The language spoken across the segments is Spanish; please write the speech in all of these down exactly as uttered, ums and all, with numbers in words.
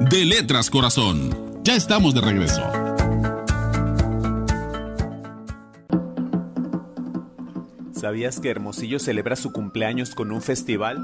de Letras Corazón. Ya estamos de regreso. ¿Sabías que Hermosillo celebra su cumpleaños con un festival?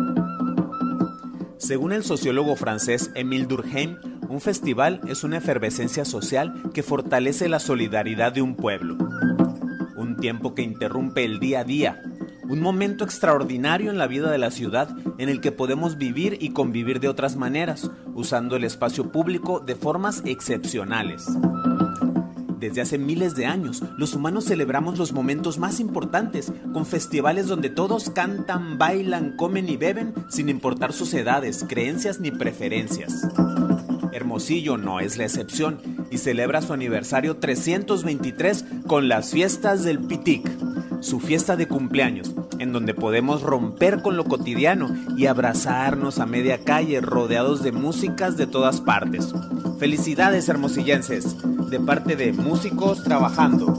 Según el sociólogo francés Émile Durkheim, un festival es una efervescencia social que fortalece la solidaridad de un pueblo. Un tiempo que interrumpe el día a día. Un momento extraordinario en la vida de la ciudad en el que podemos vivir y convivir de otras maneras, usando el espacio público de formas excepcionales. Desde hace miles de años, los humanos celebramos los momentos más importantes con festivales donde todos cantan, bailan, comen y beben sin importar sus edades, creencias ni preferencias. Hermosillo no es la excepción y celebra su aniversario trescientos veintitrés con las fiestas del Pitic, su fiesta de cumpleaños, en donde podemos romper con lo cotidiano y abrazarnos a media calle rodeados de músicas de todas partes. Felicidades, hermosillenses, de parte de Músicos Trabajando.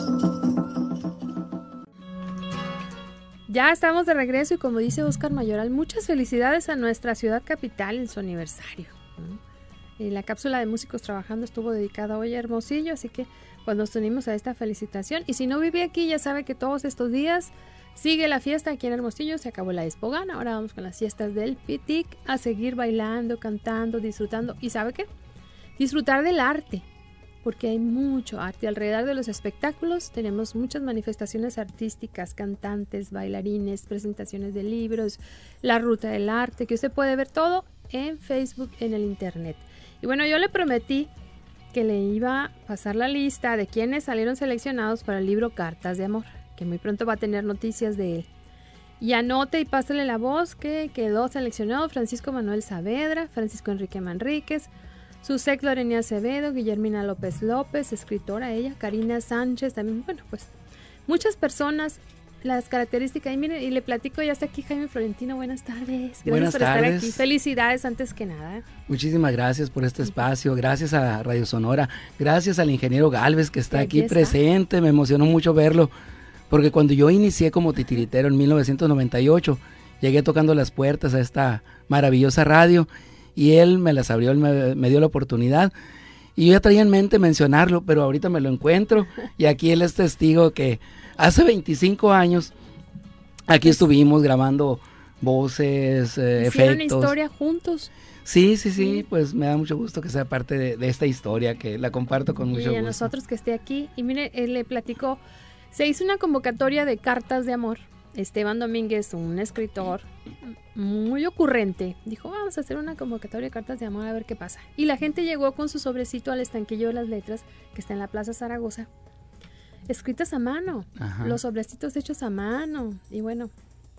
Ya estamos de regreso y como dice Óscar Mayoral, muchas felicidades a nuestra ciudad capital en su aniversario, ¿no? Y la cápsula de Músicos Trabajando estuvo dedicada hoy a Hermosillo, así que pues nos unimos a esta felicitación. Y si no vive aquí, ya sabe que todos estos días sigue la fiesta aquí en Hermosillo. Se acabó la Expogana, ahora vamos con las fiestas del Pitic a seguir bailando, cantando, disfrutando. ¿Y sabe qué? Disfrutar del arte, porque hay mucho arte. Alrededor de los espectáculos tenemos muchas manifestaciones artísticas, cantantes, bailarines, presentaciones de libros, la ruta del arte, que usted puede ver todo en Facebook, en el internet. Y bueno, yo le prometí que le iba a pasar la lista de quienes salieron seleccionados para el libro Cartas de Amor, que muy pronto va a tener noticias de él. Y anote y pásale la voz que quedó seleccionado Francisco Manuel Saavedra, Francisco Enrique Manríquez, Susek Lorena Acevedo, Guillermina López López, escritora ella, Karina Sánchez también. Bueno, pues muchas personas, las características. Y miren, y le platico, ya está aquí Jaime Florentino. Buenas tardes. Gracias Buenas por tardes. estar aquí. Felicidades antes que nada. Muchísimas gracias por este espacio, gracias a Radio Sonora, gracias al ingeniero Galvez que está aquí, aquí está. presente. Me emocionó mucho verlo, porque cuando yo inicié como titiritero en mil novecientos noventa y ocho, llegué tocando las puertas a esta maravillosa radio y él me las abrió, él me, me dio la oportunidad. Y yo ya traía en mente mencionarlo, pero ahorita me lo encuentro y aquí él es testigo que hace veinticinco años aquí estuvimos grabando voces, eh, efectos. ¿Hicieron historia juntos? Sí, sí, sí, pues me da mucho gusto que sea parte de, de esta historia, que la comparto con mucho gusto. Y a nosotros que esté aquí. Y mire, él le platicó, se hizo una convocatoria de cartas de amor. Esteban Domínguez, un escritor muy ocurrente, dijo, vamos a hacer una convocatoria de cartas de amor a ver qué pasa. Y la gente llegó con su sobrecito al estanquillo de las letras, que está en la Plaza Zaragoza, escritas a mano. Ajá. Los sobrecitos hechos a mano. Y bueno,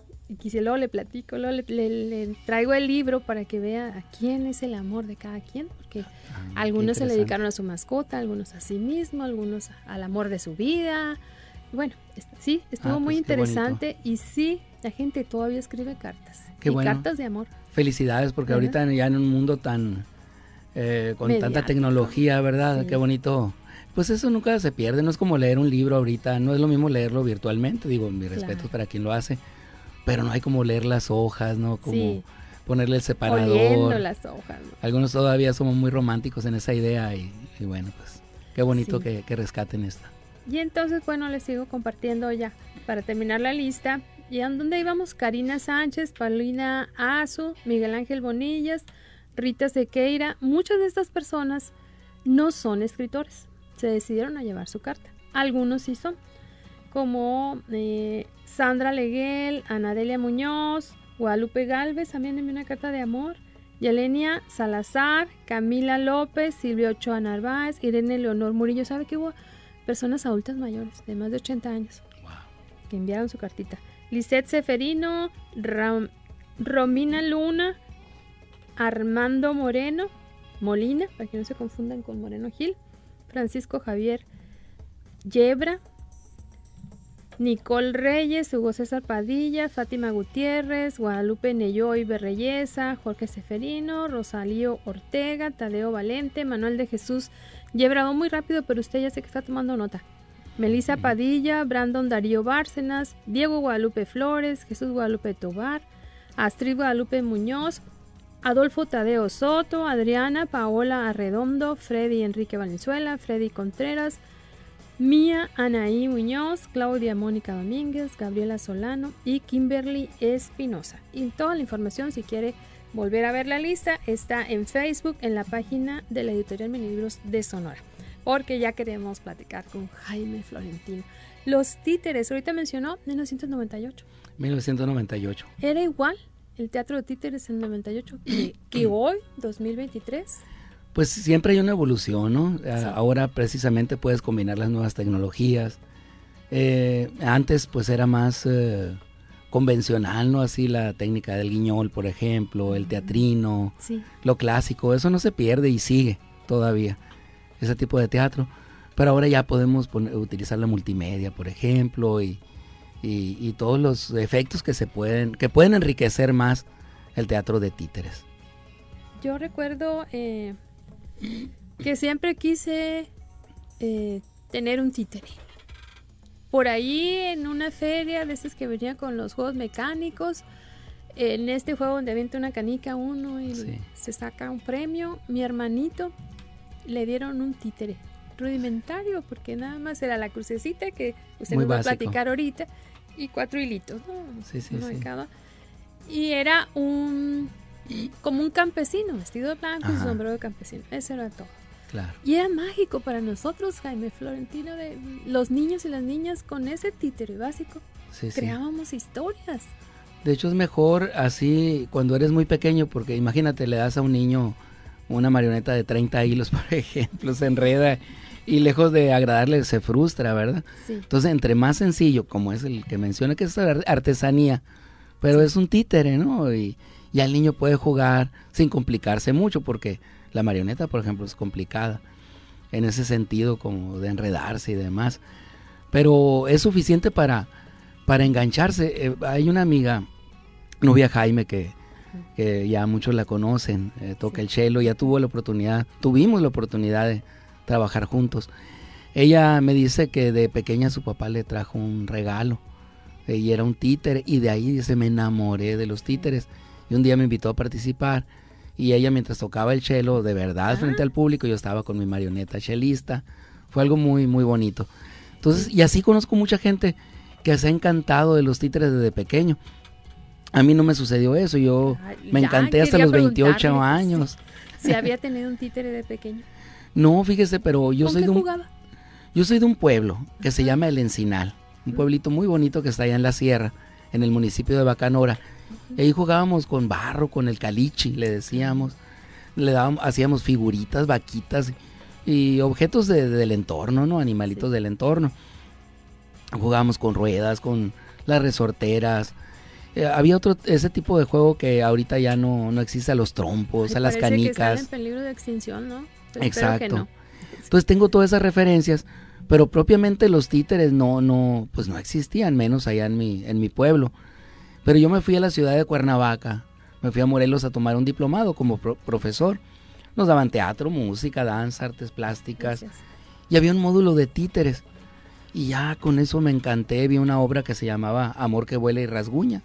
y si luego le platico, luego le, le, le traigo el libro para que vea a quién es el amor de cada quien, porque ah, algunos se le dedicaron a su mascota, algunos a sí mismo, algunos al amor de su vida. Bueno, sí, estuvo ah, pues muy interesante y sí, la gente todavía escribe cartas. Qué y bueno. Cartas de amor. Felicidades, porque ¿verdad? Ahorita ya en un mundo tan, eh, con Mediático. Tanta tecnología, ¿verdad? Sí. Qué bonito. Pues eso nunca se pierde, no es como leer un libro ahorita, no es lo mismo leerlo virtualmente, digo, mi respeto claro. para quien lo hace, pero no hay como leer las hojas, ¿no? Como sí. ponerle el separador. Oliendo las hojas, ¿no? Algunos todavía somos muy románticos en esa idea y, y bueno, pues qué bonito sí. que, que rescaten esta. Y entonces, bueno, les sigo compartiendo ya para terminar la lista. ¿Y a dónde íbamos? Karina Sánchez, Paulina Azu, Miguel Ángel Bonillas, Rita Sequeira. Muchas de estas personas no son escritores. Se decidieron a llevar su carta. Algunos sí son, como eh, Sandra Leguel, Anadelia Muñoz, Guadalupe Galvez, también envió una carta de amor. Yelenia Salazar, Camila López, Silvia Ochoa Narváez, Irene Leonor Murillo. ¿Sabe que hubo personas adultas mayores de más de ochenta años wow. que enviaron su cartita? Lisette Seferino, Ram, Romina Luna, Armando Moreno Molina, para que no se confundan con Moreno Gil, Francisco Javier Yebra, Nicole Reyes, Hugo César Padilla, Fátima Gutiérrez, Guadalupe Neyoy Berreyesa, Jorge Seferino, Rosalío Ortega, Tadeo Valente, Manuel de Jesús Yebra. Va muy rápido, pero usted ya sé que está tomando nota. Melissa Padilla, Brandon Darío Bárcenas, Diego Guadalupe Flores, Jesús Guadalupe Tobar, Astrid Guadalupe Muñoz, Adolfo Tadeo Soto, Adriana Paola Arredondo, Freddy Enrique Valenzuela, Freddy Contreras, Mía Anaí Muñoz, Claudia Mónica Domínguez, Gabriela Solano y Kimberly Espinosa. Y toda la información, si quiere volver a ver la lista, está en Facebook, en la página de la editorial Minilibros de Sonora, porque ya queremos platicar con Jaime Florentino. Los títeres, ahorita mencionó mil novecientos noventa y ocho. mil novecientos noventa y ocho. ¿Era igual el teatro de títeres en noventa y ocho que, que hoy, dos mil veintitrés? Pues siempre hay una evolución, ¿no? Sí. Ahora precisamente puedes combinar las nuevas tecnologías. Eh, antes pues era más eh, convencional, ¿no? Así la técnica del guiñol, por ejemplo, el teatrino, sí. Lo clásico, eso no se pierde y sigue todavía, ese tipo de teatro. Pero ahora ya podemos poner, utilizar la multimedia, por ejemplo, y, y, y todos los efectos que se pueden, que pueden enriquecer más el teatro de títeres. Yo recuerdo eh, que siempre quise eh, tener un títere. Por ahí en una feria de esas que venía con los juegos mecánicos, en este juego donde avienta una canica uno y sí. se saca un premio, mi hermanito le dieron un títere rudimentario, porque nada más era la crucecita que usted Muy nos va básico. a platicar ahorita, y cuatro hilitos, ¿no? Sí, sí, Uno de sí. cada. Y era un como un campesino, vestido de blanco y su sombrero de campesino. Eso era todo. Claro. Y era mágico para nosotros, Jaime Florentino, de los niños y las niñas con ese títere básico. Sí, creábamos sí. historias. De hecho es mejor así cuando eres muy pequeño, porque imagínate, le das a un niño una marioneta de treinta hilos, por ejemplo, se enreda y lejos de agradarle se frustra, ¿verdad? Sí. Entonces, entre más sencillo, como es el que menciona, que es artesanía, pero sí. es un títere, ¿no? Y, y el niño puede jugar sin complicarse mucho, porque la marioneta, por ejemplo, es complicada en ese sentido, como de enredarse y demás. Pero es suficiente para, para engancharse. Eh, hay una amiga, novia Jaime, que, que ya muchos la conocen, eh, toca sí. el cello, ya tuvo la oportunidad, tuvimos la oportunidad de trabajar juntos. Ella me dice que de pequeña su papá le trajo un regalo eh, y era un títere, y de ahí dice, me enamoré de los títeres, y un día me invitó a participar, y ella mientras tocaba el cello de verdad, ah. frente al público, yo estaba con mi marioneta chelista. Fue algo muy muy bonito. Entonces, y así conozco mucha gente que se ha encantado de los títeres desde pequeño. A mí no me sucedió eso, yo Ay, me encanté hasta los veintiocho años. Si, si había tenido un títere de pequeño. No, fíjese, pero yo ¿Con soy qué de un jugaba? Yo soy de un pueblo que Ajá. se llama El Encinal, un pueblito muy bonito que está allá en la sierra, en el municipio de Bacanora. Uh-huh. Y ahí jugábamos con barro, con el calichi, le decíamos, le dábamos, hacíamos figuritas, vaquitas y objetos de, de, del entorno, ¿no? Animalitos sí. del entorno. Jugábamos con ruedas, con las resorteras. Eh, había otro, ese tipo de juego que ahorita ya no, no existe, a los trompos, Ay, a las canicas. Que están en peligro de extinción, ¿no? Pero exacto. No. Entonces tengo todas esas referencias, pero propiamente los títeres no, no, pues no existían, menos allá en mi, en mi pueblo. Pero yo me fui a la ciudad de Cuernavaca, me fui a Morelos a tomar un diplomado como pro- profesor. Nos daban teatro, música, danza, artes plásticas. Gracias. Y había un módulo de títeres. Y ya con eso me encanté, vi una obra que se llamaba Amor que vuela y rasguña.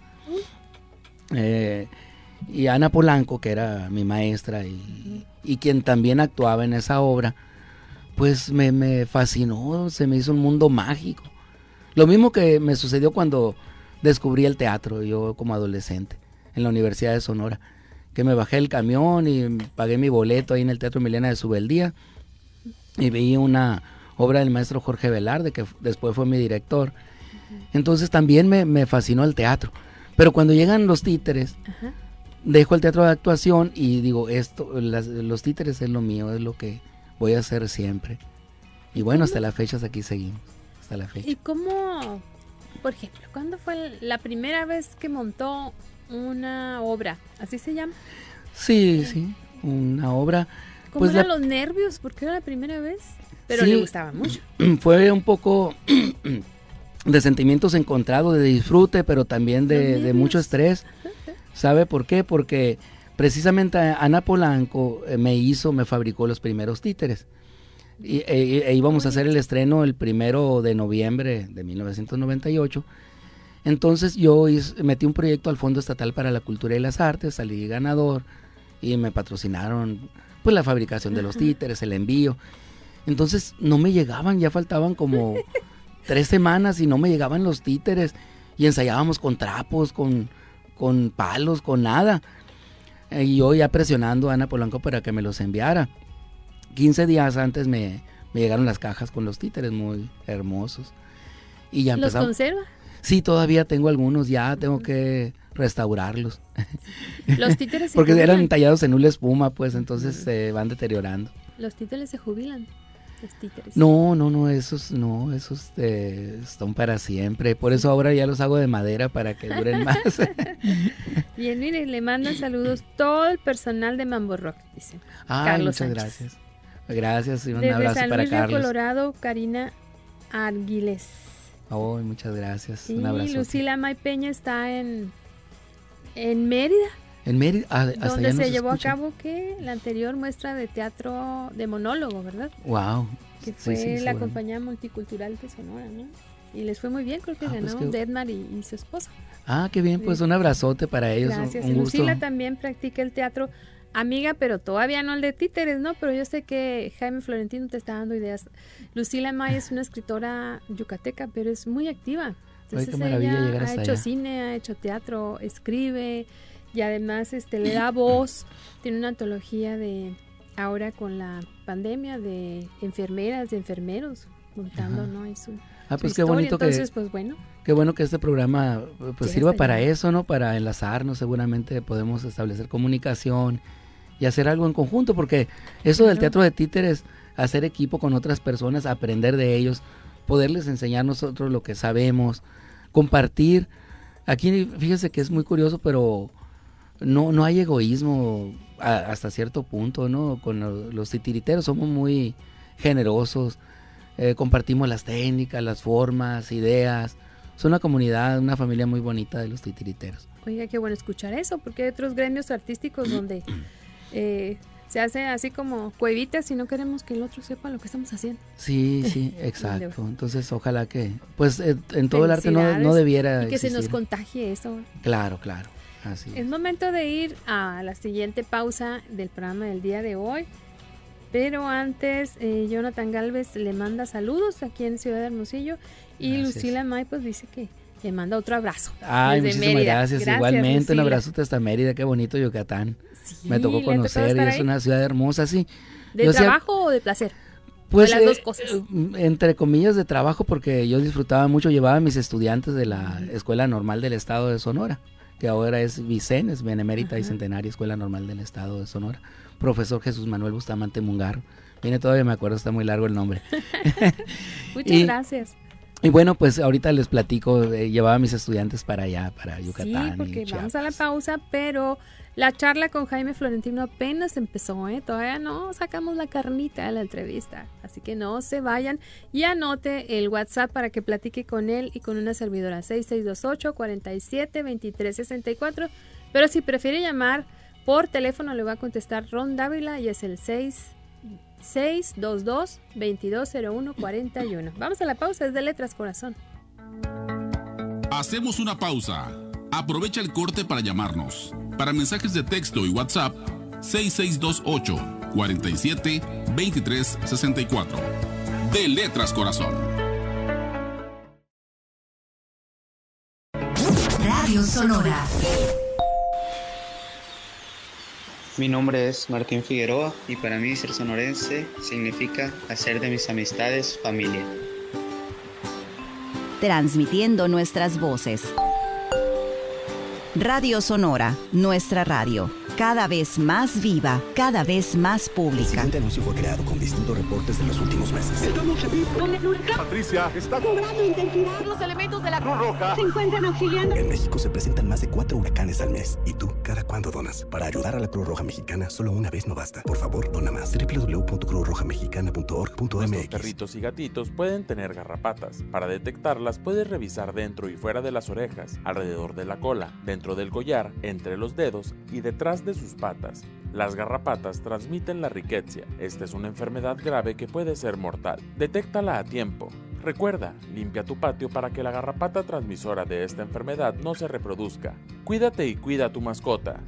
Uh. Eh, y Ana Polanco, que era mi maestra y, y quien también actuaba en esa obra, pues me, me fascinó, se me hizo un mundo mágico. Lo mismo que me sucedió cuando descubrí el teatro, yo como adolescente, en la Universidad de Sonora, que me bajé del camión y pagué mi boleto ahí en el Teatro Milena de Subeldía y vi una obra del maestro Jorge Velarde, que después fue mi director. Entonces también me, me fascinó el teatro. Pero cuando llegan los títeres, Ajá. dejo el teatro de actuación y digo, esto, las, los títeres es lo mío, es lo que voy a hacer siempre. Y bueno, hasta la fecha aquí seguimos, hasta la fecha. ¿Y cómo, por ejemplo, cuándo fue la primera vez que montó una obra? ¿Así se llama? Sí, sí, una obra. ¿Cómo pues eran la... los nervios? Porque era la primera vez, pero sí, le gustaba mucho. Fue un poco de sentimientos encontrados, de disfrute, pero también de, de mucho estrés. ¿Sabe por qué? Porque precisamente Ana Polanco me hizo, me fabricó los primeros títeres. Y, e, e íbamos a hacer el estreno el primero de noviembre de mil novecientos noventa y ocho. Entonces yo hice, metí un proyecto al Fondo Estatal para la Cultura y las Artes, salí ganador y me patrocinaron pues la fabricación de los títeres, el envío. Entonces no me llegaban, ya faltaban como tres semanas y no me llegaban los títeres y ensayábamos con trapos, con, con palos, con nada. Y yo ya presionando a Ana Polanco para que me los enviara. quince días antes me, me llegaron las cajas con los títeres muy hermosos. Y ya ¿Los empezamos. conserva? Sí, todavía tengo algunos, ya tengo que restaurarlos. Los títeres se Porque jubilan. eran tallados en una espuma, pues entonces se van deteriorando. Los títeres se jubilan. Los títeres. No, no, no, esos no, esos eh, están para siempre. Por eso ahora ya los hago de madera para que duren más. Bien, mire, le mandan saludos todo el personal de Mambo Rock, dice. Ay, Carlos muchas Sánchez. gracias. Gracias y un Desde abrazo San para Luis Río Carlos. Colorado, Karina Arguiles. Oh, muchas gracias. Y Un abrazo. Lucila May Peña está en, en Mérida, En Mérida, ah, hasta donde allá se nos llevó escuchan. a cabo que la anterior muestra de teatro de monólogo, ¿verdad? Wow. Que Sí, fue sí, la seguro. compañía multicultural de Sonora, ¿no? Y les fue muy bien, creo que Ah, ganó pues qué- Deadmar y, y su esposa. Ah, qué bien, pues Sí. un abrazote para ellos. un- Gracias. Un, Y gusto. Lucila también practica el teatro, amiga, pero todavía no el de títeres, ¿no? Pero yo sé que Jaime Florentino te está dando ideas. Lucila May es una escritora yucateca, pero es muy activa. Entonces qué maravilla ella llegar ha hasta hecho allá. cine, ha hecho teatro, escribe y además este le da voz. Tiene una antología de ahora con la pandemia de enfermeras, de enfermeros, contando, Ajá. ¿no? Y su, Ah, su pues qué historia. bonito que, Entonces, pues bueno. qué bueno que este programa pues Llega sirva hasta para allá. eso, ¿no? Para enlazarnos, seguramente podemos establecer comunicación y hacer algo en conjunto, porque eso del Claro. teatro de títeres, hacer equipo con otras personas, aprender de ellos, poderles enseñar nosotros lo que sabemos, compartir. Aquí fíjese que es muy curioso, pero no, no hay egoísmo a- hasta cierto punto, ¿no? Con lo- los titiriteros somos muy generosos, eh, compartimos las técnicas, las formas, ideas. Es una comunidad, una familia muy bonita de los titiriteros. Oiga, qué bueno escuchar eso, porque hay otros gremios artísticos donde eh, se hace así como cuevitas y no queremos que el otro sepa lo que estamos haciendo. Sí, sí, exacto. Entonces, ojalá que, pues, eh, en todo el arte no, Felicidades no debiera y que se nos existir. contagie eso. Claro, claro, así Es es. momento de ir a la siguiente pausa del programa del día de hoy. Pero antes, eh, Jonathan Galvez le manda saludos aquí en Ciudad de Hermosillo. Y Gracias. Lucila May pues dice que le manda otro abrazo. Ay, desde muchísimas Mérida. gracias. Igualmente, Lucila. un abrazo hasta Mérida, qué bonito Yucatán. Sí, Me tocó le ha tocado conocer y estar es ahí. una ciudad hermosa, sí. ¿De Yo hacía- trabajo o de placer? Pues, las eh, dos cosas. eh, entre comillas de trabajo, porque yo disfrutaba mucho, llevaba a mis estudiantes de la Escuela Normal del Estado de Sonora, que ahora es Vicen, es Benemérita y Ajá. Centenaria Escuela Normal del Estado de Sonora. Profesor Jesús Manuel Bustamante Mungarro. Viene todavía, me acuerdo, está muy largo el nombre. Muchas Y- gracias. Y bueno, pues ahorita les platico, eh, llevaba a mis estudiantes para allá, para Sí, Yucatán. porque y vamos a la Chiapas. pausa, pero la charla con Jaime Florentino apenas empezó, ¿eh? Todavía no sacamos la carnita de la entrevista, así que no se vayan y anote el WhatsApp para que platique con él y con una servidora seis seis dos ocho, cuatro siete, dos tres seis cuatro, pero si prefiere llamar por teléfono le va a contestar Ron Dávila y es el seis seis dos dos, veintidós cero uno, cuarenta y uno. Vamos a la pausa, es de Letras Corazón. Hacemos una pausa. Aprovecha el corte para llamarnos. Para mensajes de texto y WhatsApp, seis seis dos ocho, cuatro siete, dos tres seis cuatro. De Letras Corazón. Radio Sonora. Mi nombre es Martín Figueroa y para mí ser sonorense significa hacer de mis amistades familia. Transmitiendo nuestras voces. Radio Sonora, nuestra radio, cada vez más viva, cada vez más El pública. siguiente anuncio fue creado con distintos reportes de los últimos meses. Estamos en vivo. Con el huracán Patricia está cobrando intensidad. Los elementos de la Cruz Roja Se encuentran auxiliando. En México se presentan más de cuatro huracanes al mes. ¿Y tú, cada cuándo donas? Para ayudar a la Cruz Roja Mexicana, solo una vez no basta. Por favor, dona más. doble u doble u doble u punto cruz roja mexicana punto org punto m Nuestros x. perritos y gatitos pueden tener garrapatas. Para detectarlas, puedes revisar dentro y fuera de las orejas, alrededor de la cola, dentro del collar, entre los dedos y detrás de sus patas. Las garrapatas transmiten la riqueza. Esta es una enfermedad grave que puede ser mortal. Detéctala a tiempo. Recuerda, limpia tu patio para que la garrapata transmisora de esta enfermedad no se reproduzca. Cuídate y cuida a tu mascota. Tu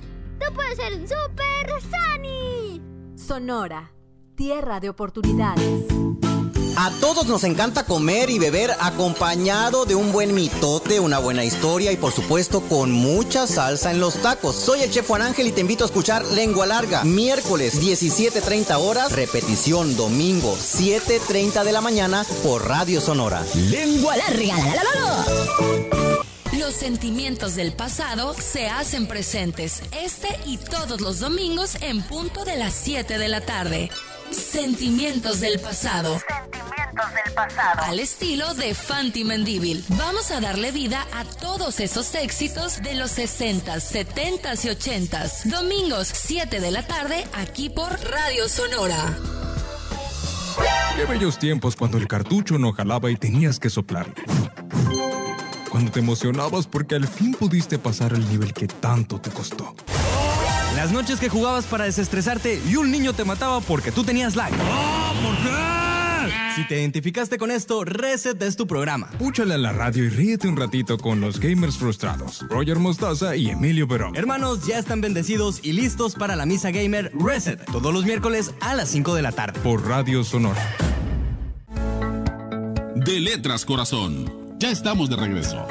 ¡Yo puedo ser un Super Sunny! Sonora, tierra de oportunidades. A todos nos encanta comer y beber acompañado de un buen mitote, una buena historia y por supuesto con mucha salsa en los tacos. Soy el chef Juan Ángel y te invito a escuchar Lengua Larga, miércoles diecisiete treinta horas, repetición domingo siete treinta de la mañana por Radio Sonora. Lengua Larga. La, la, la, la. Los sentimientos del pasado se hacen presentes este y todos los domingos en punto de las siete de la tarde. Sentimientos del pasado. Sentimientos del pasado. Al estilo de Fanti Mendívil. Vamos a darle vida a todos esos éxitos de los sesentas, setentas y ochentas. Domingos, siete de la tarde, aquí por Radio Sonora. Qué bellos tiempos cuando el cartucho no jalaba y tenías que soplarlo. Cuando te emocionabas porque al fin pudiste pasar el nivel que tanto te costó. Las noches que jugabas para desestresarte y un niño te mataba porque tú tenías lag. ¡Oh, por qué! Si te identificaste con esto, Reset es tu programa. Púchale a la radio y ríete un ratito con los gamers frustrados, Roger Mostaza y Emilio Perón. Hermanos, ya están bendecidos y listos para la misa gamer Reset, todos los miércoles a las cinco de la tarde. Por Radio Sonora. De Letras Corazón. Ya estamos de regreso.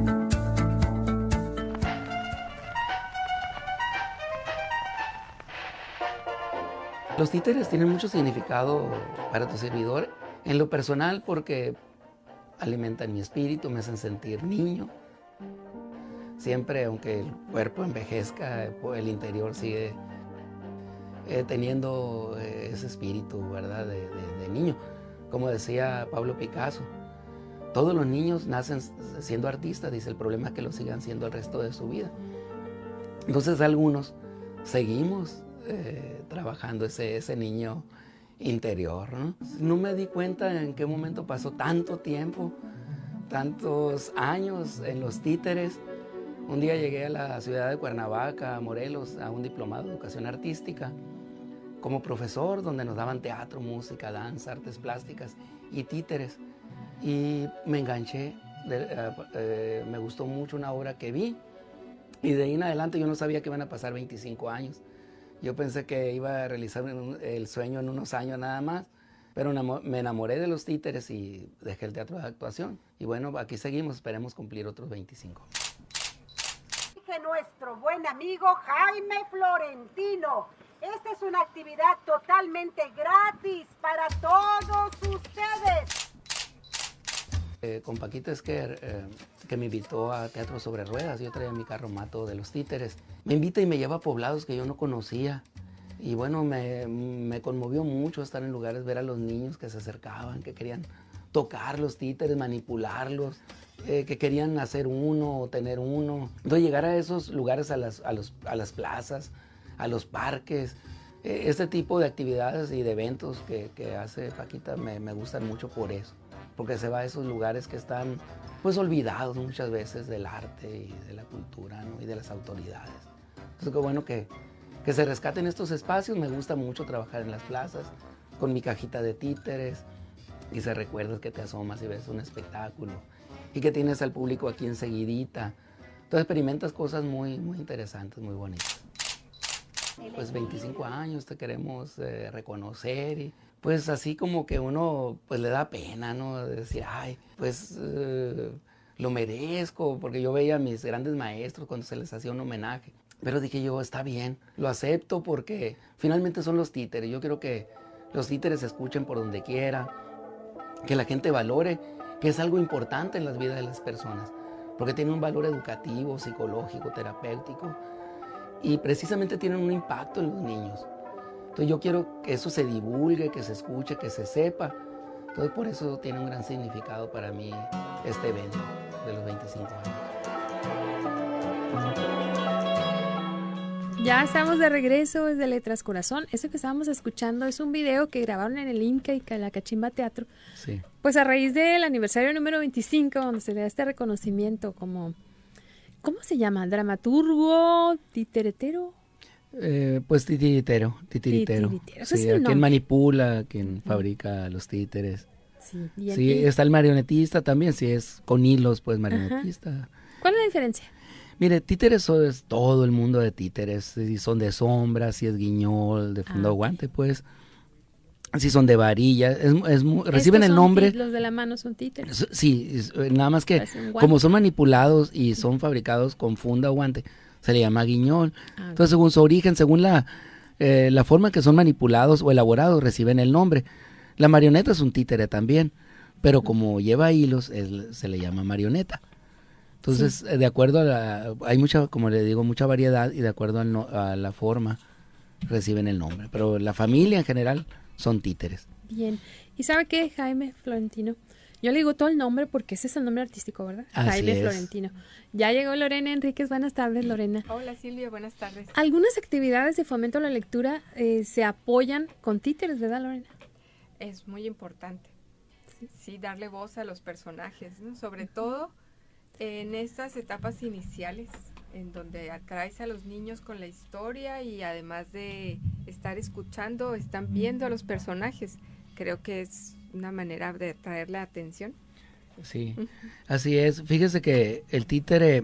Los títeres tienen mucho significado para tu servidor. En lo personal, porque alimentan mi espíritu, me hacen sentir niño. Siempre, aunque el cuerpo envejezca, el interior sigue eh, teniendo eh, ese espíritu, ¿verdad?, de, de, de niño. Como decía Pablo Picasso, todos los niños nacen siendo artistas, dice, el problema es que lo sigan siendo el resto de su vida. Entonces, algunos seguimos Eh, trabajando ese, ese niño interior, ¿no? No me di cuenta en qué momento pasó tanto tiempo, tantos años en los títeres. Un día llegué a la ciudad de Cuernavaca, Morelos, a un diplomado de educación artística como profesor, donde nos daban teatro, música, danza, artes plásticas y títeres. Y me enganché, de, eh, eh, me gustó mucho una obra que vi y de ahí en adelante yo no sabía que iban a pasar veinticinco años. Yo pensé que iba a realizar el sueño en unos años nada más, pero me enamoré de los títeres y dejé el teatro de actuación. Y bueno, aquí seguimos, esperemos cumplir otros veinticinco. Nuestro buen amigo Jaime Florentino. Esta es una actividad totalmente gratis para todos ustedes. Eh, con Paquito Esquer, eh, que me invitó a Teatro sobre Ruedas, yo traía mi carro mato de los títeres. Me invita y me lleva a poblados que yo no conocía. Y bueno, me, me conmovió mucho estar en lugares, ver a los niños que se acercaban, que querían tocar los títeres, manipularlos, eh, que querían hacer uno o tener uno. Entonces llegar a esos lugares, a las, a los, a las plazas, a los parques, eh, este tipo de actividades y de eventos que, que hace Paquita me, me gustan mucho por eso. Porque se va a esos lugares que están pues olvidados muchas veces del arte y de la cultura, ¿no?, y de las autoridades. Entonces qué bueno que, que se rescaten estos espacios. Me gusta mucho trabajar en las plazas con mi cajita de títeres y se recuerda que te asomas y ves un espectáculo y que tienes al público aquí enseguidita. Entonces experimentas cosas muy, muy interesantes, muy bonitas. Pues veinticinco años te queremos eh, reconocer y pues así como que uno pues le da pena, ¿no?, de decir, ay, pues eh, lo merezco, porque yo veía a mis grandes maestros cuando se les hacía un homenaje. Pero dije yo, está bien, lo acepto porque finalmente son los títeres. Yo quiero que los títeres se escuchen por donde quiera, que la gente valore, que es algo importante en las vidas de las personas, porque tienen un valor educativo, psicológico, terapéutico, y precisamente tienen un impacto en los niños. Entonces yo quiero que eso se divulgue, que se escuche, que se sepa. Entonces por eso tiene un gran significado para mí este evento de los veinticinco años. Ya estamos de regreso desde Letras Corazón. Eso que estábamos escuchando es un video que grabaron en el Inca y la Cachimba Teatro. Sí. Pues a raíz del aniversario número veinticinco, donde se le da este reconocimiento como, ¿cómo se llama? ¿Dramaturgo? ¿Titeretero? Eh, pues titiritero, titiritero. Titiritero. Sí, Es a quien manipula, quien fabrica los títeres. Sí, y sí, el... está el marionetista también, si es con hilos, pues marionetista. Ajá. ¿Cuál es la diferencia? Mire, títeres es todo el mundo de títeres, si son de sombra, si es guiñol, de fondo Ah, guante, pues, si son de varilla, es, es, reciben el son nombre. tí- Los de la mano son títeres. S- Sí, es- nada más que Parece un guante. como son manipulados y son fabricados con funda o guante, se le llama guiñol. Ah, Entonces, según su origen, según la, eh, la forma en que son manipulados o elaborados, reciben el nombre. La marioneta es un títere también, pero como lleva hilos, es- se le llama marioneta. Entonces, Sí. eh, de acuerdo a la, hay mucha, como le digo, mucha variedad y de acuerdo al no- a la forma reciben el nombre. Pero la familia en general son títeres. Bien. ¿Y sabe qué, Jaime Florentino? Yo le digo todo el nombre porque ese es el nombre artístico, ¿verdad? Así Jaime es. Florentino. Ya llegó Lorena Enríquez. Buenas tardes, Lorena. Hola Silvia, buenas tardes. Algunas actividades de fomento a la lectura eh, se apoyan con títeres, ¿verdad, Lorena? Es muy importante, sí, sí, darle voz a los personajes, ¿no? Sobre todo en estas etapas iniciales, en donde atraes a los niños con la historia y además de estar escuchando, están viendo a los personajes. Creo que es una manera de atraer la atención. Sí, así es. Fíjese que el títere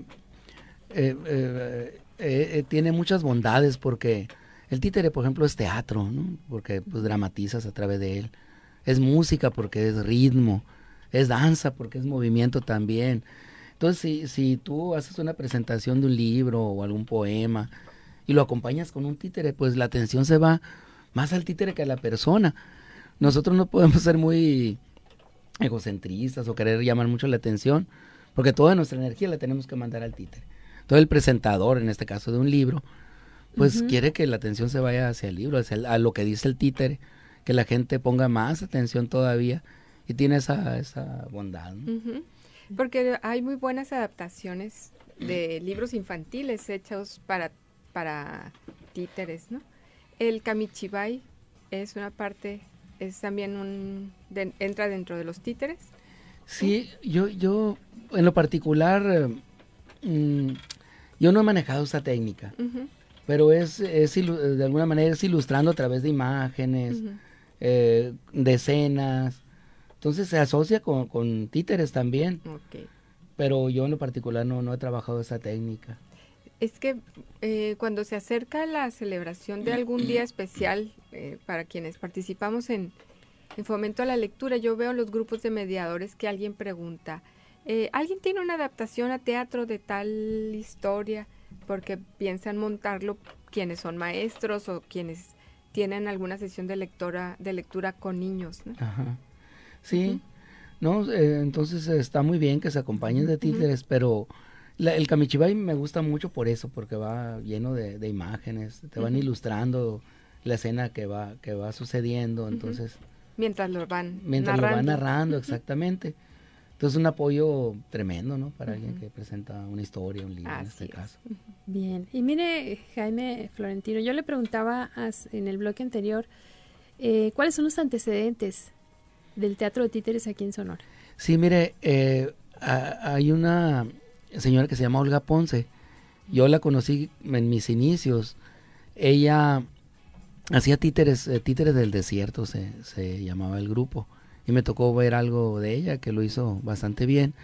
eh, eh, eh, eh, tiene muchas bondades porque el títere, por ejemplo, es teatro, ¿no? Porque pues dramatizas a través de él. Es música porque es ritmo, es danza porque es movimiento también. Entonces, si, si tú haces una presentación de un libro o algún poema y lo acompañas con un títere, pues la atención se va más al títere que a la persona. Nosotros no podemos ser muy egocentristas o querer llamar mucho la atención, porque toda nuestra energía la tenemos que mandar al títere. Todo el presentador, en este caso de un libro, pues Ujú. quiere que la atención se vaya hacia el libro, hacia el- a lo que dice el títere, que la gente ponga más atención todavía y tiene esa, esa bondad, ¿no? Ujú. Porque hay muy buenas adaptaciones de libros infantiles hechos para, para títeres, ¿no? El Kamichibai es una parte, es también un, de- entra dentro de los títeres. Sí, yo, yo en lo particular, eh, mm, yo no he manejado esa técnica, Ujú. pero es, es ilu- de alguna manera es ilustrando a través de imágenes, Ujú. eh, de escenas, entonces se asocia con, con títeres también, Ok. pero yo en lo particular no, no he trabajado esa técnica. Es que eh, cuando se acerca la celebración de algún día especial eh, para quienes participamos en, en Fomento a la Lectura, yo veo los grupos de mediadores que alguien pregunta, eh, ¿alguien tiene una adaptación a teatro de tal historia? Porque piensan montarlo quienes son maestros o quienes tienen alguna sesión de lectora de lectura con niños, ¿no? Ajá. Sí, no, eh, entonces está muy bien que se acompañen de títeres, pero la- el Kamichibai me gusta mucho por eso, porque va lleno de, de imágenes, te van Ujú. ilustrando la escena que va que va sucediendo, entonces Mientras lo van mientras narrando. lo va narrando, Ujú. exactamente. Entonces un apoyo tremendo, ¿no? Para alguien que presenta una historia, un libro en Así este es. caso. Bien. Y mire, Jaime Florentino, yo le preguntaba as- en el bloque anterior, eh, ¿cuáles son los antecedentes del teatro de títeres aquí en Sonora? Sí, mire, eh, a- hay una señora que se llama Olga Ponce. Yo la conocí en mis inicios. Ella hacía títeres, eh, títeres del desierto, se, se llamaba el grupo. Y me tocó ver algo de ella que lo hizo bastante bien.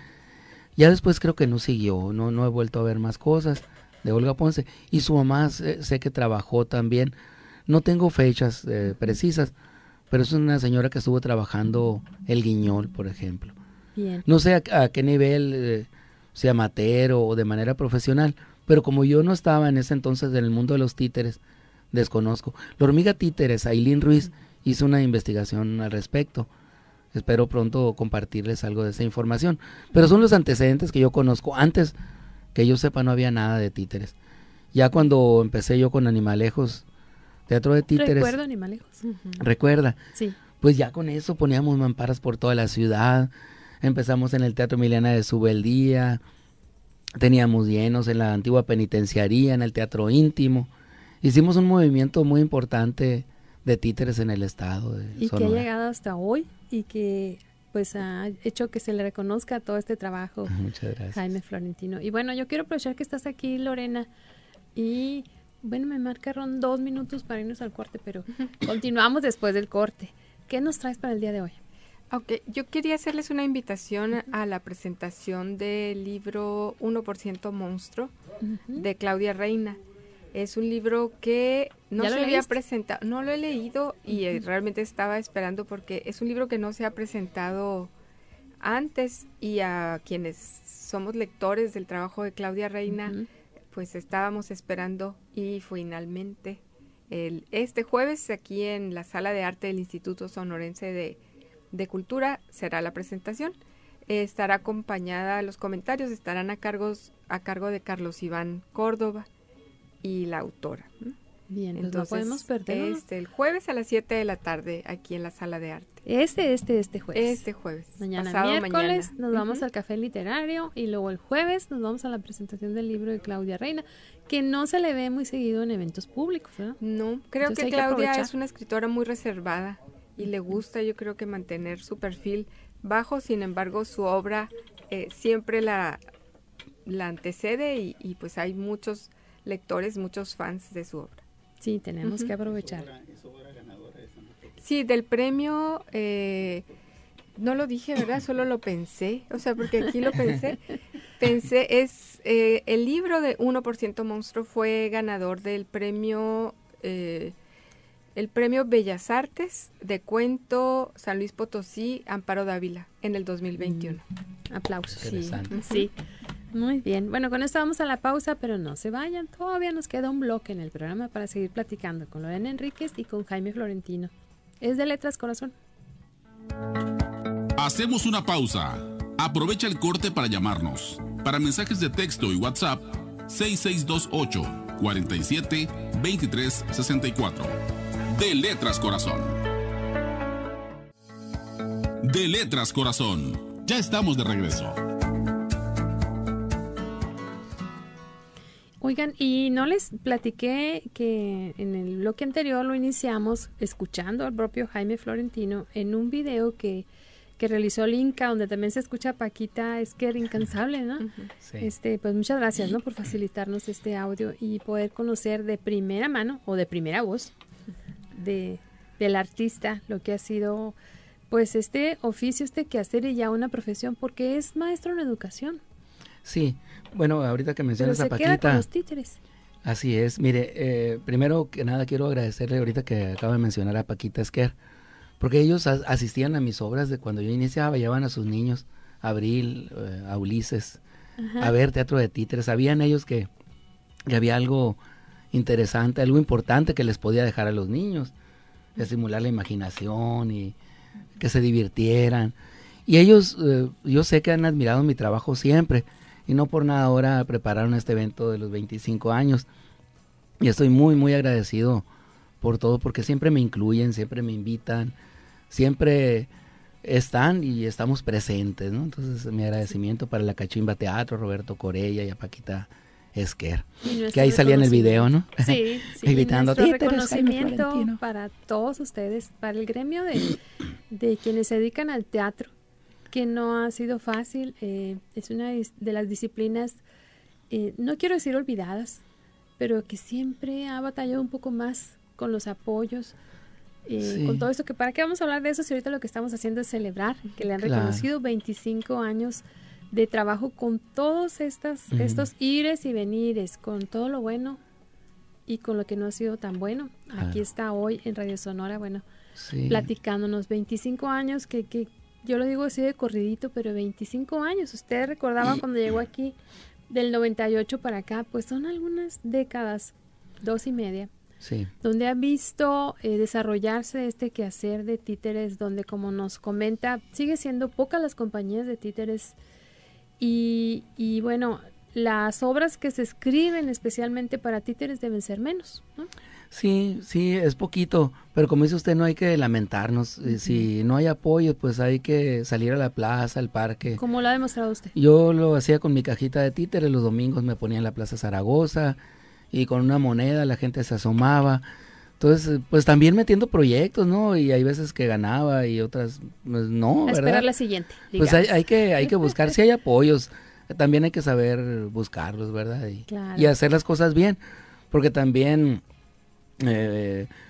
Ya después creo que no siguió, no, no he vuelto a ver más cosas de Olga Ponce. Y su mamá sé, sé que trabajó también. No tengo fechas eh, precisas, pero es una señora que estuvo trabajando el guiñol, por ejemplo. Bien. No sé a, a qué nivel, eh, sea amateur o de manera profesional, pero como yo no estaba en ese entonces en el mundo de los títeres, desconozco. La hormiga títeres, Ailín Ruiz, hizo una investigación al respecto. Espero pronto compartirles algo de esa información. Pero son los antecedentes que yo conozco. Antes que yo sepa no había nada de títeres. Ya cuando empecé yo con Animalejos, teatro de títeres. Recuerdo Animalejos. Recuerda. Sí. Pues ya con eso poníamos mamparas por toda la ciudad. Empezamos en el Teatro Emiliana de Subeldía. Teníamos llenos en la antigua penitenciaría, en el Teatro Íntimo. Hicimos un movimiento muy importante de títeres en el estado de Y Sonora. que ha llegado hasta hoy y que pues ha hecho que se le reconozca todo este trabajo. Muchas gracias. Jaime Florentino. Y bueno, yo quiero aprovechar que estás aquí, Lorena, y bueno, me marcaron dos minutos para irnos al corte, pero continuamos después del corte. ¿Qué nos traes para el día de hoy? Ok, yo quería hacerles una invitación a la presentación del libro uno por ciento Monstruo uh-huh. de Claudia Reina. Es un libro que no se había presentado, no lo he leído y uh-huh. realmente estaba esperando porque es un libro que no se ha presentado antes y a quienes somos lectores del trabajo de Claudia Reina, uh-huh. pues estábamos esperando y finalmente el, este jueves aquí en la Sala de Arte del Instituto Sonorense de, de Cultura será la presentación. Eh, estará acompañada, los comentarios estarán a, cargos, a cargo de Carlos Iván Córdoba y la autora. Bien, entonces no podemos perder. Este, el jueves a las siete de la tarde aquí en la Sala de Arte. Este, este, este jueves. Este jueves. Mañana pasado miércoles mañana. nos vamos uh-huh. al Café Literario y luego el jueves nos vamos a la presentación del libro de Claudia Reina, que no se le ve muy seguido en eventos públicos, ¿verdad? No, creo Entonces que Claudia que es una escritora muy reservada y le gusta, yo creo que mantener su perfil bajo, sin embargo su obra eh, siempre la, la antecede y, y pues hay muchos lectores, muchos fans de su obra. Sí, tenemos uh-huh. que aprovechar. Sí, del premio, eh, no lo dije, ¿verdad? Solo lo pensé, o sea, porque aquí lo pensé. Pensé, es, eh, el libro de uno por ciento Monstruo fue ganador del premio, eh, el premio Bellas Artes de Cuento San Luis Potosí, Amparo Dávila, en el dos mil veintiuno. Mm, aplausos. Sí. sí. Muy bien. Bueno, con esto vamos a la pausa, pero no se vayan. Todavía nos queda un bloque en el programa para seguir platicando con Lorena Enríquez y con Jaime Florentino. Es de Letras Corazón. Hacemos una pausa. Aprovecha el corte para llamarnos. Para mensajes de texto y WhatsApp, seis seis dos ocho, cuatro siete, dos tres seis cuatro. De Letras Corazón. De Letras Corazón. Ya estamos de regreso. Oigan, y no les platiqué que en el bloque anterior lo iniciamos escuchando al propio Jaime Florentino en un video que, que realizó el Inca, donde también se escucha a Paquita Esquer Incansable, ¿no? Uh-huh. Sí. Este, pues muchas gracias, ¿no? Por facilitarnos este audio y poder conocer de primera mano o de primera voz de, del artista lo que ha sido, pues, este oficio, este quehacer y ya una profesión, porque es maestro en educación. Sí, bueno, ahorita que mencionas Pero se a Paquita. Queda con los títeres. Así es, mire, eh, primero que nada quiero agradecerle ahorita que acaba de mencionar a Paquita Esquer, porque ellos a, asistían a mis obras de cuando yo iniciaba, llevaban a sus niños, a Abril, eh, a Ulises, Ajá. a ver teatro de títeres. Sabían ellos que, que había algo interesante, algo importante que les podía dejar a los niños, estimular la imaginación y que se divirtieran. Y ellos, eh, yo sé que han admirado mi trabajo siempre, y no por nada ahora prepararon este evento de los veinticinco años. Y estoy muy, muy agradecido por todo, porque siempre me incluyen, siempre me invitan, siempre están y estamos presentes, ¿no? Entonces, mi agradecimiento para la Cachimba Teatro, Roberto Corella y a Paquita Esquer, que ahí salía en el video, ¿no? Sí, sí. Gritando, nuestro reconocimiento para todos ustedes, para el gremio de, de quienes se dedican al teatro, que no ha sido fácil, eh, es una de las disciplinas, eh, no quiero decir olvidadas, pero que siempre ha batallado un poco más con los apoyos, eh, sí. con todo esto, que para qué vamos a hablar de eso si ahorita lo que estamos haciendo es celebrar, que le han claro. reconocido veinticinco años de trabajo con todos estas, uh-huh. estos ires y venires, con todo lo bueno y con lo que no ha sido tan bueno. Aquí claro. está hoy en Radio Sonora, bueno, sí. platicándonos veinticinco años que... que yo lo digo así de corridito, pero veinticinco años. Usted recordaba cuando llegó aquí del noventa y ocho para acá, pues son algunas décadas, dos y media, sí. donde ha visto eh, desarrollarse este quehacer de títeres, donde, como nos comenta, sigue siendo pocas las compañías de títeres y, y bueno, las obras que se escriben especialmente para títeres deben ser menos, ¿no? Sí, sí, es poquito, pero como dice usted, no hay que lamentarnos. Uh-huh. Si no hay apoyo, pues hay que salir a la plaza, al parque. ¿Cómo lo ha demostrado usted? Yo lo hacía con mi cajita de títeres, los domingos me ponía en la Plaza Zaragoza y con una moneda la gente se asomaba. Entonces, pues también metiendo proyectos, ¿no? Y hay veces que ganaba y otras, pues no, a ¿verdad? Esperar la siguiente, digamos. Pues hay, hay, que, hay que buscar, si hay apoyos, también hay que saber buscarlos, ¿verdad? Y, claro. y hacer las cosas bien, porque también... Eh,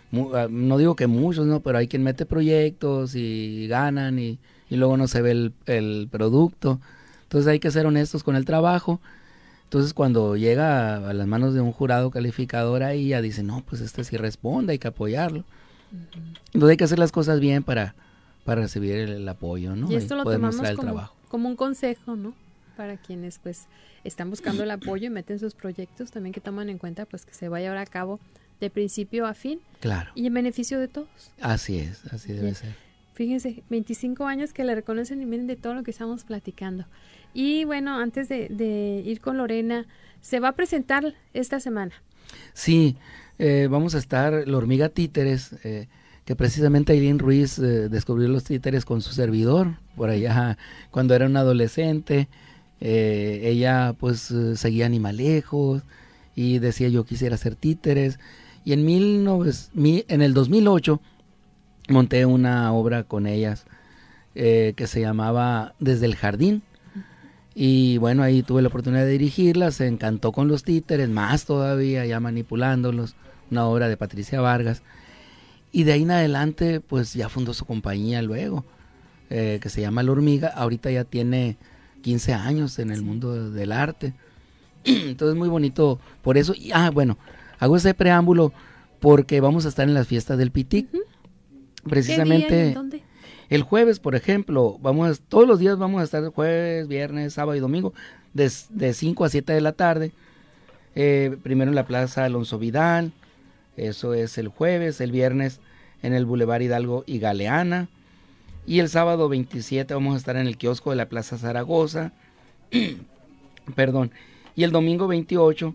no digo que muchos, ¿no? Pero hay quien mete proyectos y ganan y, y luego no se ve el, el producto. Entonces hay que ser honestos con el trabajo. Entonces cuando llega a, a las manos de un jurado calificador ahí ya dice, no, pues este sí responde, hay que apoyarlo. Uh-huh. Entonces hay que hacer las cosas bien para, para recibir el, el apoyo, ¿no? Y esto y lo poder tomamos mostrar el como, trabajo. como un consejo, ¿no? Para quienes pues están buscando el apoyo y meten sus proyectos, también que toman en cuenta pues que se vaya ahora a cabo de principio a fin. Claro. Y en beneficio de todos. Así es, así debe Bien. ser. Fíjense, veinticinco años que le reconocen y miren de todo lo que estamos platicando. Y bueno, antes de, de ir con Lorena, se va a presentar esta semana. Sí, eh, vamos a estar La Hormiga Títeres, eh, que precisamente Aileen Ruiz eh, descubrió los títeres con su servidor, por allá cuando era un adolescente. Eh, ella pues eh, seguía animalejos y decía yo quisiera hacer títeres. Y en, mil nove, mi, en el dos mil ocho monté una obra con ellas eh, que se llamaba Desde el Jardín. Y bueno, ahí tuve la oportunidad de dirigirla, se encantó con los títeres, más todavía, ya manipulándolos, una obra de Patricia Vargas. Y de ahí en adelante, pues ya fundó su compañía luego, eh, que se llama La Hormiga. Ahorita ya tiene quince años en el mundo del arte. Entonces muy bonito por eso. Y, ah, bueno, hago ese preámbulo porque vamos a estar en las fiestas del Pitic. Uh-huh. Precisamente. ¿Qué día y en dónde? El jueves, por ejemplo, vamos a, todos los días vamos a estar jueves, viernes, sábado y domingo, de, de cinco a siete de la tarde. Eh, primero en la Plaza Alonso Vidal, eso es el jueves. El viernes en el Boulevard Hidalgo y Galeana. Y el sábado veintisiete vamos a estar en el kiosco de la Plaza Zaragoza. Perdón. Y el domingo veintiocho,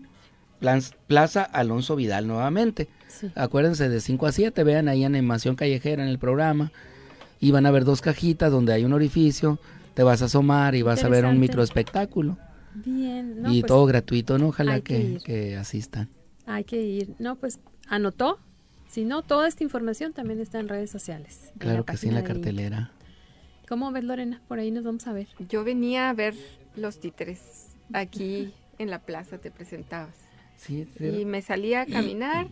Plaza Alonso Vidal nuevamente. Sí. Acuérdense, de cinco a siete, vean ahí Animación Callejera en el programa. Y van a ver dos cajitas donde hay un orificio, te vas a asomar y vas a ver un microespectáculo. Bien. No, y pues, todo gratuito, ¿no? Ojalá que, que, que asistan. Hay que ir. No, pues, ¿anotó? Si no, toda esta información también está en redes sociales. Claro que sí, en la cartelera. ¿Cómo ves, Lorena? Por ahí nos vamos a ver. Yo venía a ver los títeres. Aquí en la plaza te presentabas. Sí, sí. Y me salía a caminar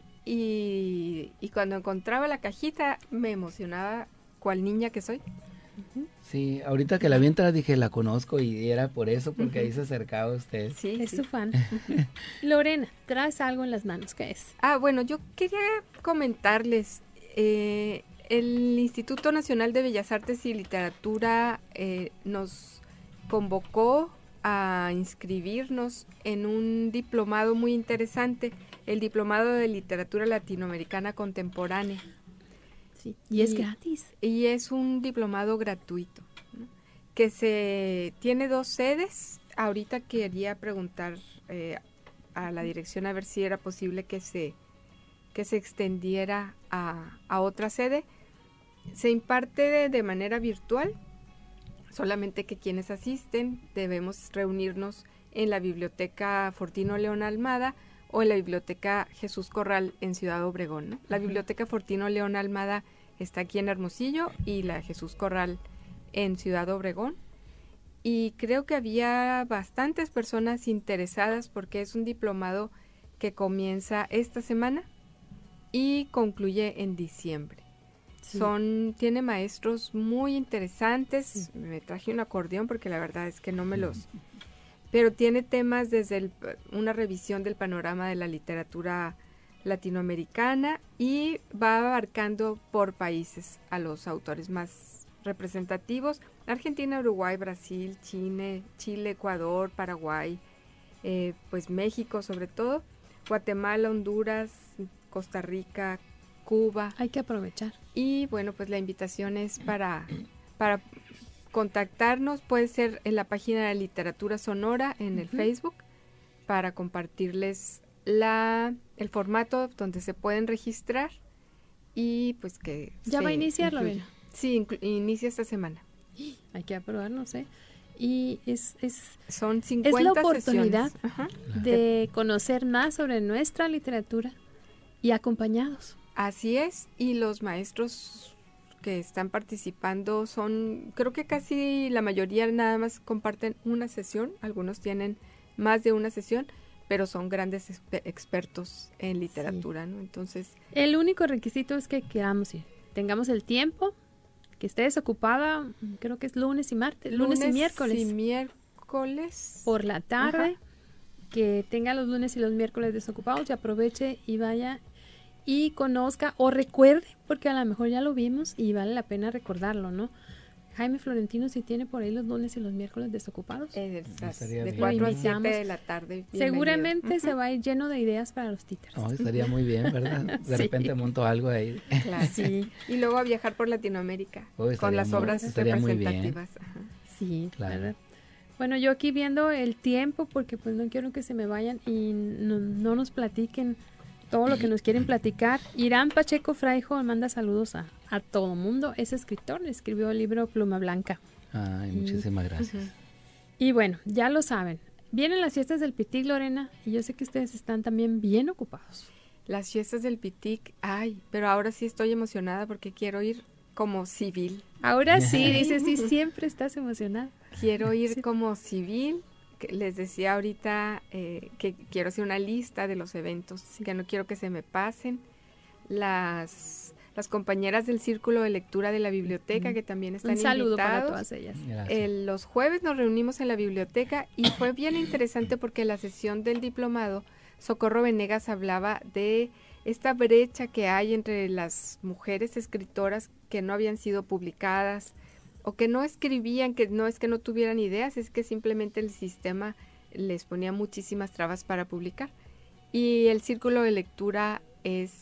y, y cuando encontraba la cajita me emocionaba cual niña que soy. Uh-huh. Sí, ahorita que la vi entrar dije, la conozco y era por eso, porque uh-huh. ahí se acercaba usted. Sí, es sí. tu fan. Uh-huh. Lorena, traes algo en las manos, ¿qué es? Ah, bueno, yo quería comentarles, eh, el Instituto Nacional de Bellas Artes y Literatura eh, nos convocó a inscribirnos en un diplomado muy interesante, el Diplomado de Literatura Latinoamericana Contemporánea. Sí, y, y es gratis. Y es un diplomado gratuito, ¿no? Que se tiene dos sedes. Ahorita quería preguntar eh, a la dirección a ver si era posible que se, que se extendiera a, a otra sede. Se imparte de, de manera virtual, solamente que quienes asisten debemos reunirnos en la Biblioteca Fortino León Almada o en la Biblioteca Jesús Corral en Ciudad Obregón, ¿no? La Biblioteca Fortino León Almada está aquí en Hermosillo y la Jesús Corral en Ciudad Obregón. Y creo que había bastantes personas interesadas porque es un diplomado que comienza esta semana y concluye en diciembre. Sí. Son, tiene maestros muy interesantes. Sí. Me traje un acordeón porque la verdad es que no me los... Pero tiene temas desde el, una revisión del panorama de la literatura latinoamericana y va abarcando por países a los autores más representativos: Argentina, Uruguay, Brasil, Chile, Chile, Ecuador, Paraguay, eh, pues México sobre todo, Guatemala, Honduras, Costa Rica, Cuba. Hay que aprovechar. Y bueno, pues la invitación es para, para contactarnos, puede ser en la página de Literatura Sonora en el uh-huh. Facebook, para compartirles la el formato donde se pueden registrar y pues que ya va a iniciar, Lorena. Sí, inclu- inicia esta semana. Hay que aprobarnos, ¿eh? Y es es son cincuenta es la oportunidad Ajá. de conocer más sobre nuestra literatura y acompañados. Así es, y los maestros que están participando son, creo que casi la mayoría nada más comparten una sesión, algunos tienen más de una sesión, pero son grandes exper- expertos en literatura, sí. ¿no? Entonces... El único requisito es que queramos ir, tengamos el tiempo, que esté desocupada, creo que es lunes y martes, lunes, lunes y miércoles. y miércoles. Por la tarde, ajá. que tenga los lunes y los miércoles desocupados y aproveche y vaya y conozca o recuerde, porque a lo mejor ya lo vimos y vale la pena recordarlo, ¿no? Jaime Florentino sí tiene por ahí los lunes y los miércoles desocupados. Eh, de cuatro a siete de la tarde. Seguramente uh-huh. se va a ir lleno de ideas para los títeres. Oh, estaría muy bien, ¿verdad? De sí. repente monto algo ahí. Claro. Sí. Y luego a viajar por Latinoamérica oh, con las muy, obras representativas. Ajá. Sí, claro. ¿verdad? Bueno, yo aquí viendo el tiempo, porque pues no quiero que se me vayan y no, no nos platiquen todo lo que nos quieren platicar. Irán Pacheco Fraijo manda saludos a, a todo mundo. Es escritor, escribió el libro Pluma Blanca. Ay, muchísimas y, gracias. Uh-huh. Y bueno, ya lo saben. Vienen las fiestas del Pitic, Lorena, y yo sé que ustedes están también bien ocupados. Las fiestas del Pitic, ay, pero ahora sí estoy emocionada porque quiero ir como civil. Ahora sí, dices, sí, siempre estás emocionada. Quiero ir sí. como civil. Les decía ahorita eh, que quiero hacer una lista de los eventos, sí. que no quiero que se me pasen. Las, las compañeras del Círculo de Lectura de la Biblioteca, mm. que también están invitados. Un saludo para todas ellas. Eh, los jueves nos reunimos en la biblioteca y fue bien interesante porque la sesión del diplomado, Socorro Venegas hablaba de esta brecha que hay entre las mujeres escritoras que no habían sido publicadas, o que no escribían, que no es que no tuvieran ideas, es que simplemente el sistema les ponía muchísimas trabas para publicar. Y el Círculo de Lectura es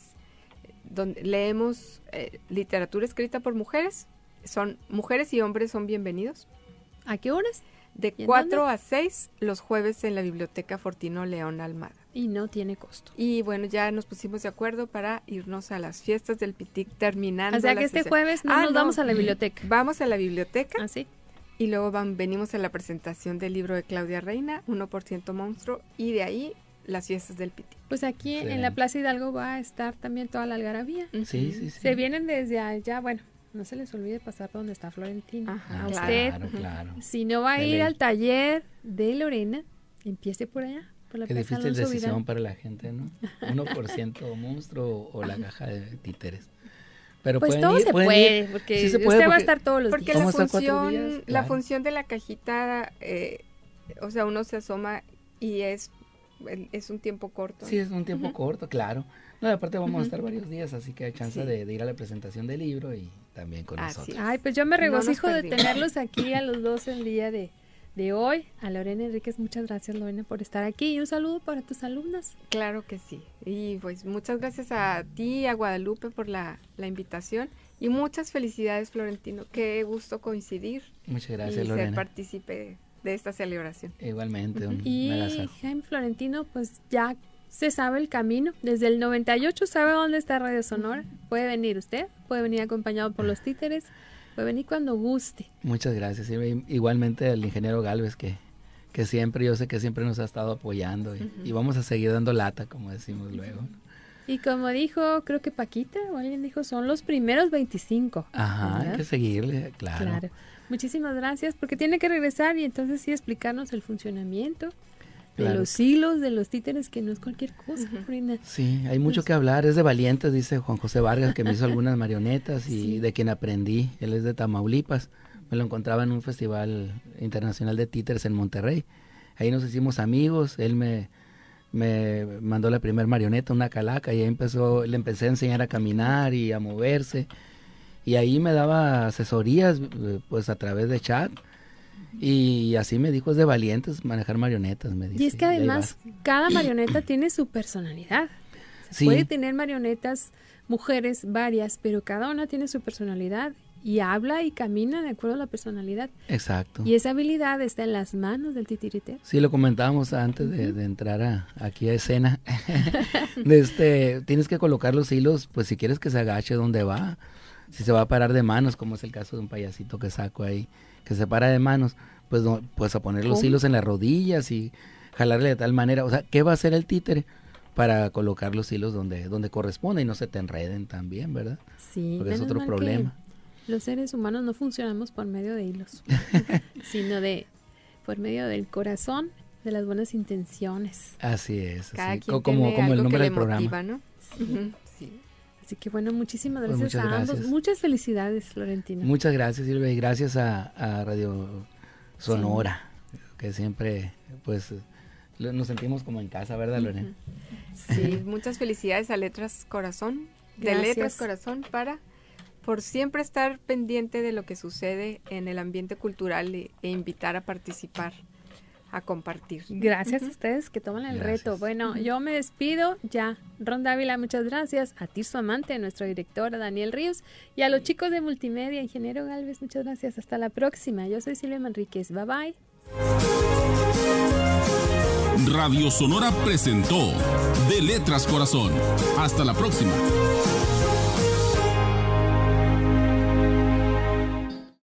donde leemos eh, literatura escrita por mujeres, son mujeres y hombres son bienvenidos. ¿A qué horas? De cuatro a seis los jueves en la Biblioteca Fortino León Almada. Y no tiene costo. Y bueno, ya nos pusimos de acuerdo para irnos a las fiestas del Pitic terminando. O sea que este sesión. Jueves no ah, nos no. vamos a la biblioteca. Vamos a la biblioteca. ¿Ah, sí? Y luego van, venimos a la presentación del libro de Claudia Reina, uno por ciento Monstruo, y de ahí las fiestas del Pitic. Pues aquí sí. en la Plaza Hidalgo va a estar también toda la algarabía. Sí, sí, sí. Se vienen desde allá, bueno, no se les olvide pasar por donde está Florentino. Ajá, a claro, usted, claro. si no va a ir Dale. al taller de Lorena, empiece por allá. Por la Qué Plaza difícil Alonso decisión Vidal. para la gente, ¿no? uno por ciento Monstruo o la caja de títeres. Pero pues pueden todo ir, se pueden puede, ir. porque sí se usted puede va a porque, estar todos los porque días. la Vamos a estar cuatro función, días, la claro. función de la cajita, eh, o sea, uno se asoma y es, es un tiempo corto. Sí, es un tiempo uh-huh. corto, claro. No, aparte vamos uh-huh. a estar varios días, así que hay chance sí. de, de ir a la presentación del libro y también con Así nosotros. es. Ay, pues yo me regocijo no de tenerlos aquí a los dos el día de, de hoy. A Lorena Enríquez, muchas gracias, Lorena, por estar aquí. Y un saludo para tus alumnas. Claro que sí. Y pues muchas gracias a ti, a Guadalupe, por la, la invitación. Y muchas felicidades, Florentino. Qué gusto coincidir. Muchas gracias, y Lorena. ser partícipe de esta celebración. Igualmente, un Y agasajo. Jaime Florentino, pues ya se sabe el camino. Desde el noventa y ocho sabe dónde está Radio Sonora. Puede venir usted, puede venir acompañado por los títeres, puede venir cuando guste. Muchas gracias. Sí, igualmente al ingeniero Galvez, que, que siempre, yo sé que siempre nos ha estado apoyando y, uh-huh. y vamos a seguir dando lata, como decimos luego. Y como dijo, creo que Paquita o alguien dijo, son los primeros veinticinco. Ajá, ¿verdad? hay que seguirle, claro. Claro. Muchísimas gracias, porque tiene que regresar y entonces sí explicarnos el funcionamiento de claro. los hilos, de los títeres, que no es cualquier cosa. Uh-huh. Sí, hay mucho que hablar, es de valientes, dice Juan José Vargas, que me hizo algunas marionetas y sí. de quien aprendí. Él es de Tamaulipas, me lo encontraba en un festival internacional de títeres en Monterrey. Ahí nos hicimos amigos, él me... me mandó la primer marioneta, una calaca, y ahí empezó, le empecé a enseñar a caminar y a moverse, y ahí me daba asesorías, pues a través de chat, y así me dijo, es de valientes manejar marionetas, me dice. Y es que además, cada marioneta tiene su personalidad. Se sí. puede tener marionetas, mujeres, varias, pero cada una tiene su personalidad, y habla y camina de acuerdo a la personalidad. Exacto. Y esa habilidad está en las manos del titiritero. Sí, lo comentábamos antes uh-huh. de, de entrar a, aquí a escena. de este, tienes que colocar los hilos, pues si quieres que se agache donde va. Si se va a parar de manos, como es el caso de un payasito que saco ahí, que se para de manos, pues, no, pues a poner los ¿Cómo? hilos en las rodillas y jalarle de tal manera. O sea, ¿qué va a hacer el títere? Para colocar los hilos donde, donde corresponde y no se te enreden también, ¿verdad? Sí. Porque es otro problema. Los seres humanos no funcionamos por medio de hilos, sino de por medio del corazón de las buenas intenciones. Así es, Cada así, quien como, tiene como el algo nombre que del le programa. motiva, ¿no? Sí. Uh-huh. Sí. Así que bueno, muchísimas Pues gracias muchas a ambos. gracias. Muchas felicidades, Florentino. Muchas gracias, Silvia, y gracias a, a Radio Sonora, sí. que siempre, pues, nos sentimos como en casa, ¿verdad, Lorena? Uh-huh. Sí, muchas felicidades a Letras Corazón, de Gracias. Letras Corazón, para por siempre estar pendiente de lo que sucede en el ambiente cultural e, e invitar a participar, a compartir. Gracias uh-huh. a ustedes que toman el Gracias. reto. Bueno, yo me despido ya. Ron Dávila, muchas gracias. A Tirso Amante, nuestro director, a Daniel Ríos, y a los chicos de Multimedia, Ingeniero Galvez, muchas gracias. Hasta la próxima. Yo soy Silvia Manríquez. Bye bye. Radio Sonora presentó De Letras Corazón. Hasta la próxima.